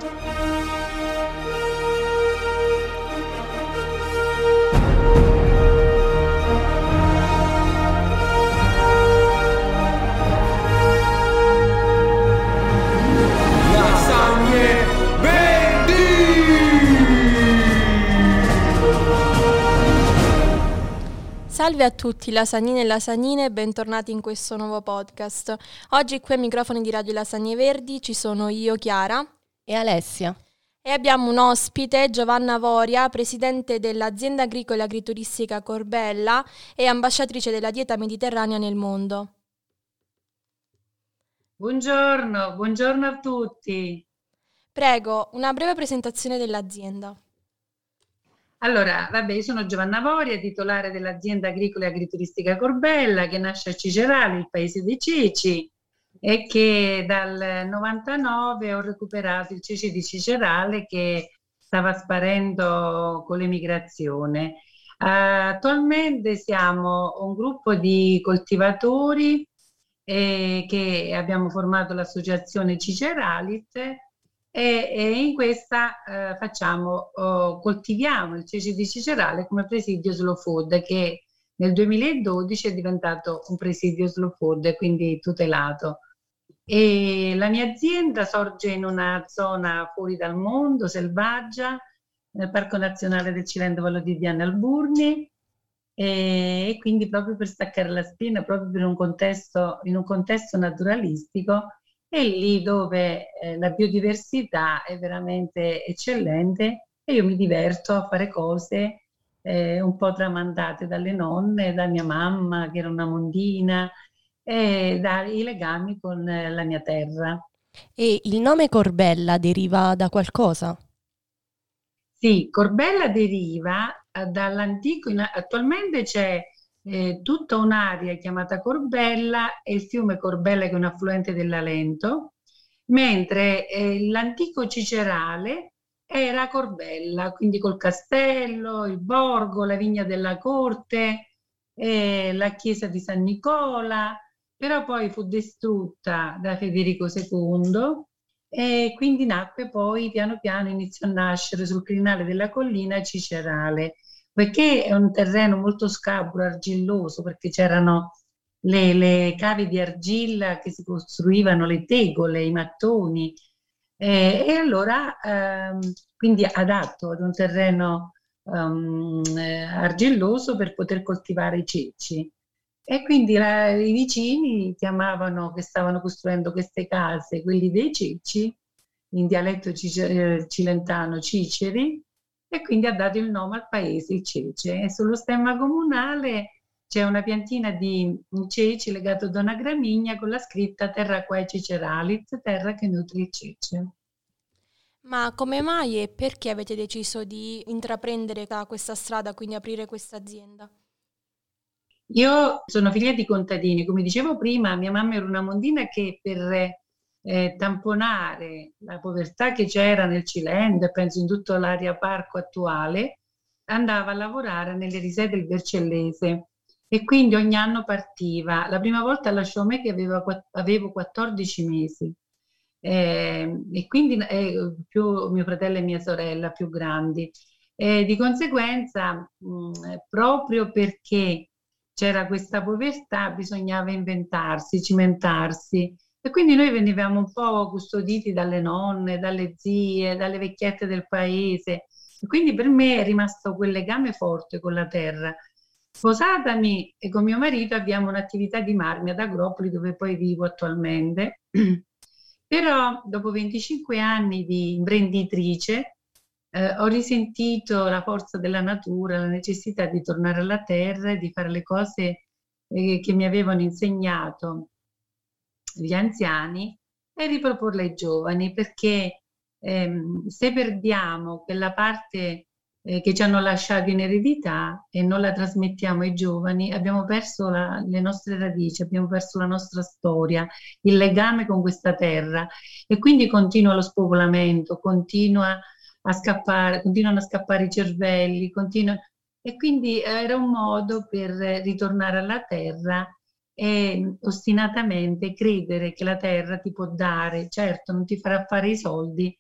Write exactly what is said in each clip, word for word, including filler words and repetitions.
Salve a tutti lasagnine e lasagnine e bentornati in questo nuovo podcast. Oggi qui ai microfoni di Radio Lasagne Verdi ci sono io, Chiara e Alessia e abbiamo un ospite, Giovanna Voria, presidente dell'azienda agricola e agrituristica Corbella e ambasciatrice della dieta mediterranea nel mondo. Buongiorno, buongiorno a tutti. Prego, una breve presentazione dell'azienda. Allora, vabbè, io sono Giovanna Voria, titolare dell'azienda agricola e agrituristica Corbella, che nasce a Cicerali, il paese dei ceci, e che dal novantanove ho recuperato il ceci di Cicerale che stava sparendo con l'emigrazione. Uh, attualmente siamo un gruppo di coltivatori eh, che abbiamo formato l'associazione Ciceralit. E, e in questa eh, facciamo, oh, coltiviamo il ceci di Cicerale come presidio slow food, che nel duemiladodici è diventato un presidio slow food, quindi tutelato. E la mia azienda sorge in una zona fuori dal mondo, selvaggia, nel Parco Nazionale del Cilento Vallo di Diane Alburni, e, e quindi proprio per staccare la spina, proprio per un contesto, in un contesto naturalistico, è lì dove eh, la biodiversità è veramente eccellente e io mi diverto a fare cose eh, un po' tramandate dalle nonne, da mia mamma che era una mondina, e dai legami con eh, la mia terra. E il nome Corbella deriva da qualcosa? Sì, Corbella deriva eh, dall'antico, in, attualmente c'è Eh, tutta un'area chiamata Corbella e il fiume Corbella che è un affluente dell'Alento, mentre eh, l'antico Cicerale era Corbella, quindi col castello, il borgo, la vigna della corte, eh, la chiesa di San Nicola, però poi fu distrutta da Federico secondo e quindi nacque poi piano piano, iniziò a nascere sul crinale della collina Cicerale, perché è un terreno molto scabro, argilloso, perché c'erano le, le cave di argilla che si costruivano, le tegole, i mattoni, eh, e allora ehm, quindi adatto ad un terreno um, eh, argilloso per poter coltivare i ceci. E quindi la, i vicini chiamavano, che stavano costruendo queste case, quelli dei ceci, in dialetto cice, cilentano ciceri, e quindi ha dato il nome al paese, il cece. E sullo stemma comunale c'è una piantina di ceci legato ad una gramigna con la scritta Terra quae Ciceralit, terra che nutre il cece. Ma come mai e perché avete deciso di intraprendere questa strada, quindi aprire questa azienda? Io sono figlia di contadini, come dicevo prima, mia mamma era una mondina che per eh, tamponare la povertà che c'era nel Cilento e penso in tutta l'area parco attuale, andava a lavorare nelle riserve del Vercellese e quindi ogni anno partiva. La prima volta lasciò me che aveva, avevo quattordici mesi eh, e quindi eh, più mio fratello e mia sorella più grandi. Eh, di conseguenza, mh, proprio perché c'era questa povertà, bisognava inventarsi, cimentarsi. E quindi noi venivamo un po' custoditi dalle nonne, dalle zie, dalle vecchiette del paese. E quindi per me è rimasto quel legame forte con la terra. Sposatami e con mio marito abbiamo un'attività di marmi ad Agropoli, dove poi vivo attualmente. Però dopo venticinque anni di imprenditrice eh, ho risentito la forza della natura, la necessità di tornare alla terra e di fare le cose eh, che mi avevano insegnato gli anziani e riproporle ai giovani, perché ehm, se perdiamo quella parte eh, che ci hanno lasciato in eredità e non la trasmettiamo ai giovani, abbiamo perso la, le nostre radici, abbiamo perso la nostra storia, il legame con questa terra, e quindi continua lo spopolamento, continua a scappare, continuano a scappare i cervelli, continua, e quindi era un modo per ritornare alla terra e ostinatamente credere che la terra ti può dare, certo non ti farà fare i soldi,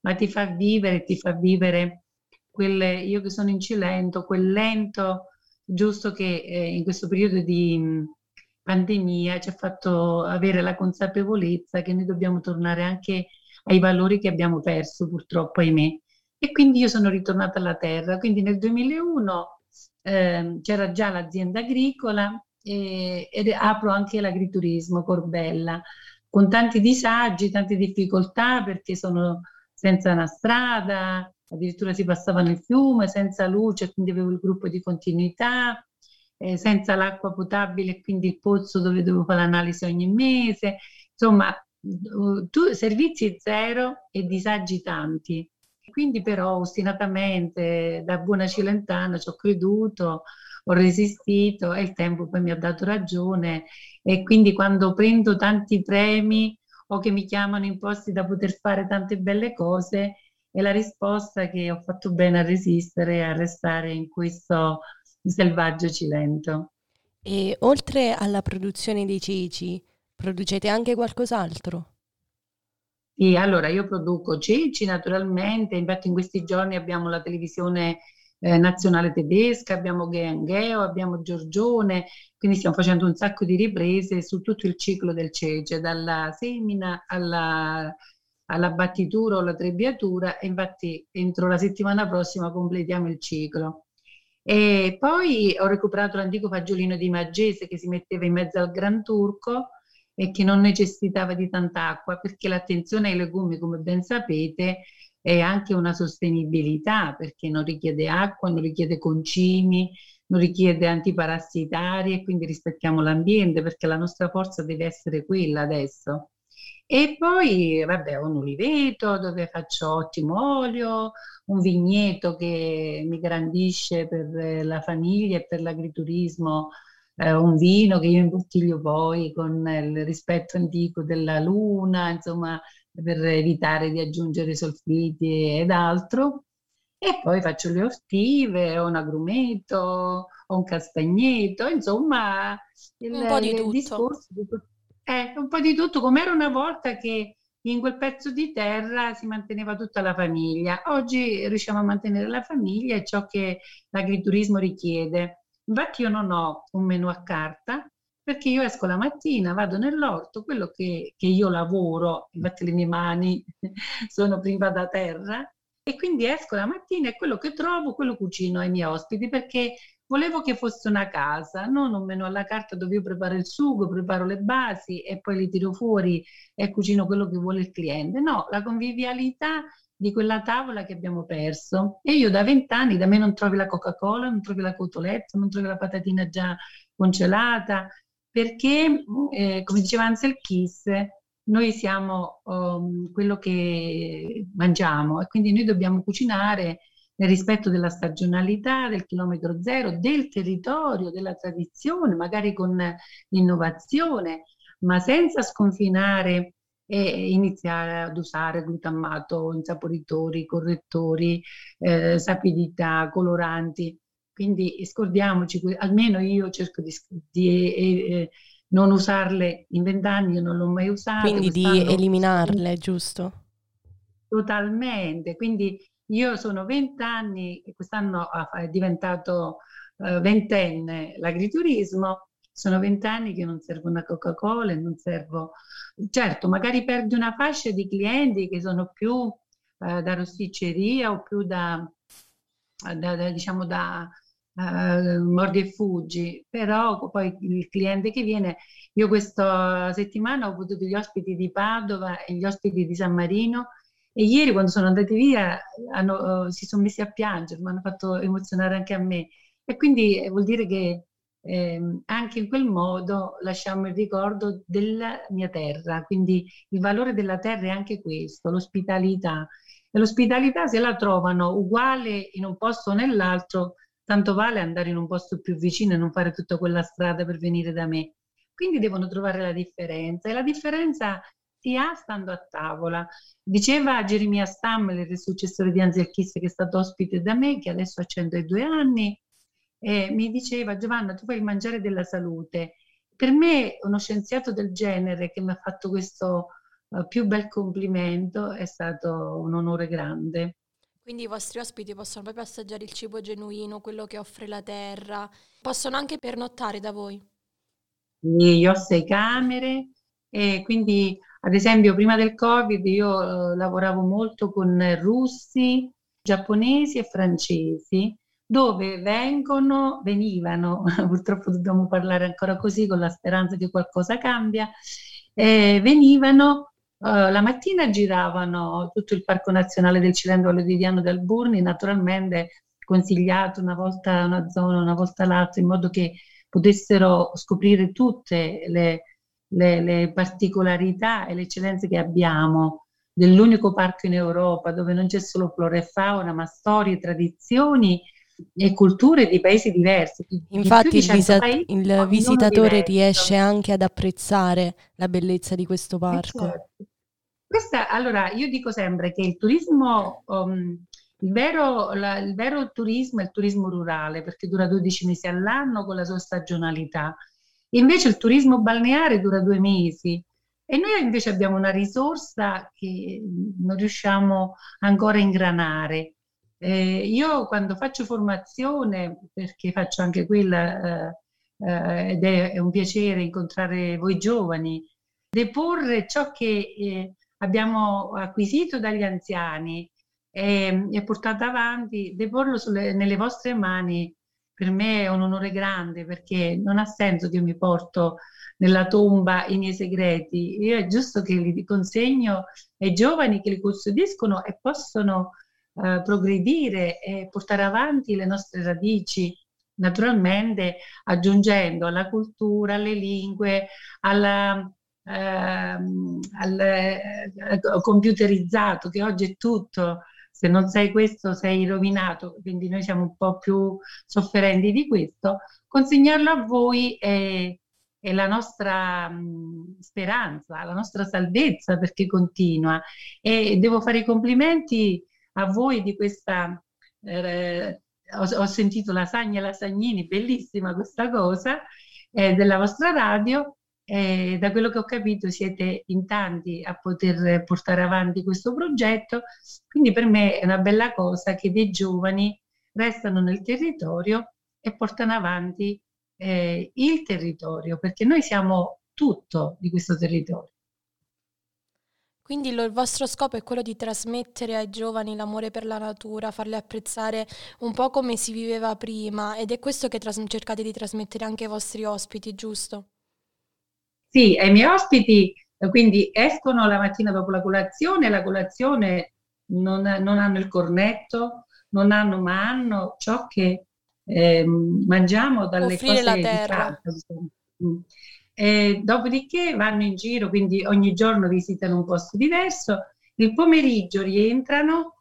ma ti fa vivere, ti fa vivere quel, io che sono in Cilento, quel lento giusto che eh, in questo periodo di mh, pandemia ci ha fatto avere la consapevolezza che noi dobbiamo tornare anche ai valori che abbiamo perso purtroppo, ahimè. E quindi io sono ritornata alla terra, quindi nel duemilauno ehm, c'era già l'azienda agricola e, ed apro anche l'agriturismo Corbella, con tanti disagi, tante difficoltà perché sono senza una strada, addirittura si passava nel fiume, senza luce, quindi avevo il gruppo di continuità, eh, senza l'acqua potabile, quindi il pozzo dove dovevo fare l'analisi ogni mese, insomma, uh, tu, servizi zero e disagi tanti. Quindi però ostinatamente, da buona cilentana, ci ho creduto, ho resistito e il tempo poi mi ha dato ragione e quindi quando prendo tanti premi o che mi chiamano in posti da poter fare tante belle cose, è la risposta che ho fatto bene a resistere e a restare in questo selvaggio Cilento. E oltre alla produzione dei ceci, producete anche qualcos'altro? Sì, allora io produco ceci naturalmente, infatti in questi giorni abbiamo la televisione eh, nazionale tedesca, abbiamo Geo, abbiamo Giorgione, quindi stiamo facendo un sacco di riprese su tutto il ciclo del cece, dalla semina alla, alla battitura o alla trebbiatura, e infatti entro la settimana prossima completiamo il ciclo. E poi ho recuperato l'antico fagiolino di Maggese che si metteva in mezzo al Gran Turco e che non necessitava di tanta acqua, perché l'attenzione ai legumi, come ben sapete, è anche una sostenibilità, perché non richiede acqua, non richiede concimi, non richiede antiparassitari e quindi rispettiamo l'ambiente, perché la nostra forza deve essere quella adesso. E poi, vabbè, ho un uliveto dove faccio ottimo olio, un vigneto che mi grandisce per la famiglia e per l'agriturismo, eh, un vino che io imbottiglio poi con il rispetto antico della luna, insomma, per evitare di aggiungere solfiti ed altro. E poi faccio le ortive, ho un agrumeto, ho un castagneto, insomma, il, Un po' di il tutto. discorso di è un po' di tutto, come era una volta che in quel pezzo di terra si manteneva tutta la famiglia. Oggi riusciamo a mantenere la famiglia e ciò che l'agriturismo richiede. Infatti io non ho un menù a carta perché io esco la mattina, vado nell'orto, quello che, che io lavoro, infatti le mie mani sono prima da terra, e quindi esco la mattina e quello che trovo, quello cucino ai miei ospiti perché volevo che fosse una casa, non un menù alla carta dove io preparo il sugo, preparo le basi e poi li tiro fuori e cucino quello che vuole il cliente. No, la convivialità di quella tavola che abbiamo perso. E io da vent'anni, da me non trovi la Coca-Cola, non trovi la cotoletta, non trovi la patatina già congelata, perché, eh, come diceva Ansel Keys, noi siamo um, quello che mangiamo e quindi noi dobbiamo cucinare nel rispetto della stagionalità, del chilometro zero, del territorio, della tradizione, magari con l'innovazione, ma senza sconfinare e iniziare ad usare glutamato, insaporitori, correttori, eh, sapidità, coloranti. Quindi scordiamoci, almeno io cerco di, di eh, non usarle in vent'anni, io non l'ho mai usate, Quindi di quest'anno eliminarle, giusto? totalmente, quindi io sono vent'anni e quest'anno è diventato eh, ventenne l'agriturismo, sono vent'anni che non servo una Coca-Cola e non servo, certo, magari perdi una fascia di clienti che sono più eh, da rosticceria o più da, da, da, diciamo da uh, mordi e fuggi, però poi il cliente che viene, io questa settimana ho avuto degli ospiti di Padova e gli ospiti di San Marino e ieri quando sono andati via hanno, uh, si sono messi a piangere, mi hanno fatto emozionare anche a me e quindi eh, vuol dire che eh, anche in quel modo lasciamo il ricordo della mia terra, quindi il valore della terra è anche questo, l'ospitalità. E l'ospitalità se la trovano uguale in un posto o nell'altro, tanto vale andare in un posto più vicino e non fare tutta quella strada per venire da me. Quindi devono trovare la differenza e la differenza si ha stando a tavola. Diceva Geremia Stammler, il successore di Ansel Keys, che è stato ospite da me, che adesso ha centodue anni, e mi diceva: Giovanna, tu fai il mangiare della salute. Per me uno scienziato del genere che mi ha fatto questo uh, più bel complimento, è stato un onore grande. Quindi i vostri ospiti possono proprio assaggiare il cibo genuino, quello che offre la terra, possono anche pernottare da voi. Io ho sei camere e quindi, ad esempio, prima del Covid io eh, lavoravo molto con russi, giapponesi e francesi, dove vengono, venivano, purtroppo dobbiamo parlare ancora così con la speranza che qualcosa cambia, eh, venivano, eh, la mattina giravano tutto il Parco Nazionale del Cilento Valdiviano del Burni, naturalmente consigliato una volta una zona, una volta l'altra, in modo che potessero scoprire tutte le, le, le particolarità e le eccellenze che abbiamo dell'unico parco in Europa dove non c'è solo flora e fauna, ma storie, tradizioni e culture di paesi diversi. Infatti il, visa- paesi, il visitatore riesce anche ad apprezzare la bellezza di questo parco. Certo. Questa, allora, io dico sempre che il turismo... Um, Il vero, la, il vero turismo è il turismo rurale, perché dura dodici mesi all'anno con la sua stagionalità. Invece il turismo balneare dura due mesi e noi invece abbiamo una risorsa che non riusciamo ancora a ingranare. Eh, io quando faccio formazione, perché faccio anche quella, eh, eh, ed è, è un piacere incontrare voi giovani, deporre ciò che eh, abbiamo acquisito dagli anziani e, e portato avanti, deporlo sulle, nelle vostre mani, per me è un onore grande, perché non ha senso che io mi porto nella tomba i miei segreti. Io è giusto che li consegno ai giovani che li custodiscono e possono eh, progredire e portare avanti le nostre radici, naturalmente aggiungendo alla cultura, alle lingue, alla ehm, al eh, computerizzato, che oggi è tutto. Se non sai questo sei rovinato, quindi noi siamo un po' più sofferenti di questo. Consegnarlo a voi è, è la nostra mh, speranza, la nostra salvezza, perché continua. E devo fare i complimenti a voi di questa... Eh, ho, ho sentito Lasagna e Lasagnini, bellissima questa cosa, eh, della vostra radio. Eh, da quello che ho capito siete in tanti a poter portare avanti questo progetto, quindi per me è una bella cosa che dei giovani restano nel territorio e portano avanti eh, il territorio, perché noi siamo tutto di questo territorio. Quindi lo, il vostro scopo è quello di trasmettere ai giovani l'amore per la natura, farli apprezzare un po' come si viveva prima, ed è questo che tras- cercate di trasmettere anche ai vostri ospiti, giusto? Sì, ai miei ospiti, quindi escono la mattina dopo la colazione, la colazione non, non hanno il cornetto, non hanno, ma hanno ciò che eh, mangiamo dalle Offrire cose la di terra. casa. E dopodiché vanno in giro, quindi ogni giorno visitano un posto diverso, il pomeriggio rientrano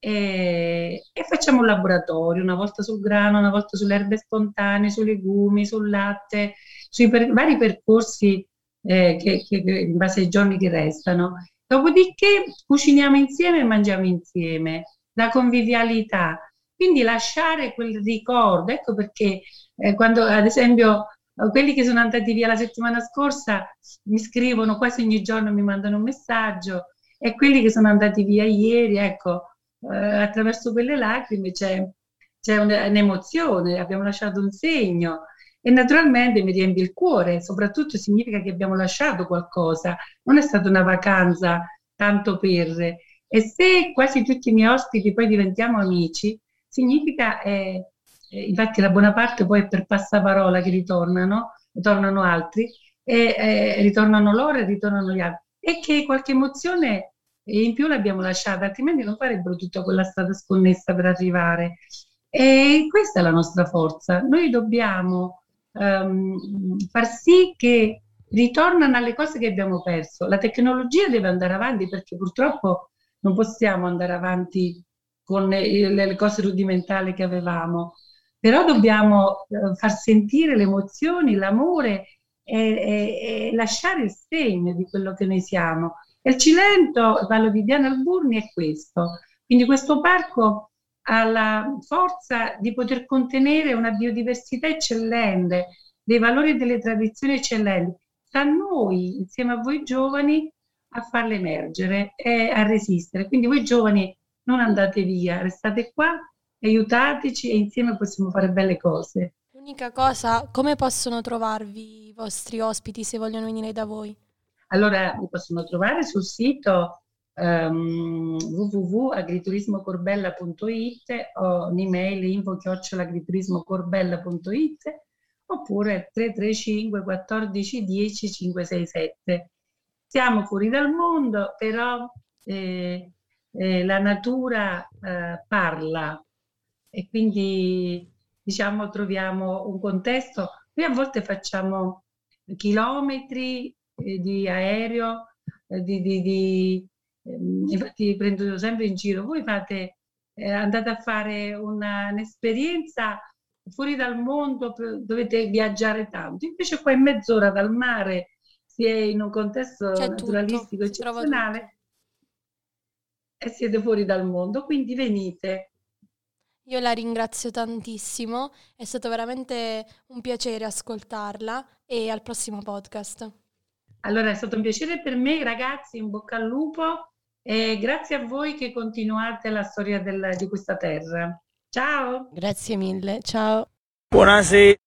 e, e facciamo un laboratorio, una volta sul grano, una volta sulle erbe spontanee, sui legumi, sul latte, sui per, vari percorsi eh, che, che, in base ai giorni che restano. Dopodiché cuciniamo insieme e mangiamo insieme, la convivialità. Quindi lasciare quel ricordo, ecco perché eh, quando ad esempio quelli che sono andati via la settimana scorsa mi scrivono quasi ogni giorno, mi mandano un messaggio, e quelli che sono andati via ieri, ecco, eh, attraverso quelle lacrime c'è, c'è un'emozione, abbiamo lasciato un segno e naturalmente mi riempie il cuore, soprattutto significa che abbiamo lasciato qualcosa, non è stata una vacanza tanto per, e se quasi tutti i miei ospiti poi diventiamo amici, significa... Eh, Eh, infatti la buona parte poi è per passaparola che ritornano, ritornano altri, e eh, ritornano loro e ritornano gli altri, e che qualche emozione in più l'abbiamo lasciata, altrimenti non farebbero tutta quella strada sconnessa per arrivare. E questa è la nostra forza. Noi dobbiamo um, far sì che ritornano alle cose che abbiamo perso. La tecnologia deve andare avanti, perché purtroppo non possiamo andare avanti con le, le cose rudimentali che avevamo. Però dobbiamo eh, far sentire le emozioni, l'amore e, e, e lasciare il segno di quello che noi siamo. E il Cilento, il Vallo di Diano al Burni è questo. Quindi questo parco ha la forza di poter contenere una biodiversità eccellente, dei valori e delle tradizioni eccellenti. Sta a noi, insieme a voi giovani, a farle emergere e a resistere. Quindi voi giovani non andate via, restate qua, aiutateci e insieme possiamo fare belle cose. L'unica cosa, come possono trovarvi i vostri ospiti se vogliono venire da voi? Allora mi possono trovare sul sito um, w w w punto agriturismocorbella punto it o un'email info chiocciola agriturismocorbella punto it oppure tre tre cinque quattordici dieci cinquecentosessantasette. Siamo fuori dal mondo, però eh, eh, la natura eh, parla e quindi diciamo troviamo un contesto. Noi a volte facciamo chilometri eh, di aereo, eh, di, di, di ehm, infatti prendo sempre in giro, voi fate, eh, andate a fare una, un'esperienza fuori dal mondo, dovete viaggiare tanto, invece qua in mezz'ora dal mare si è in un contesto C'è naturalistico tutto, si trova tutto. eccezionale e siete fuori dal mondo, quindi venite. Io la ringrazio tantissimo, è stato veramente un piacere ascoltarla e al prossimo podcast. Allora è stato un piacere per me, ragazzi, in bocca al lupo e grazie a voi che continuate la storia del, di questa terra. Ciao! Grazie mille, ciao. Buonasera.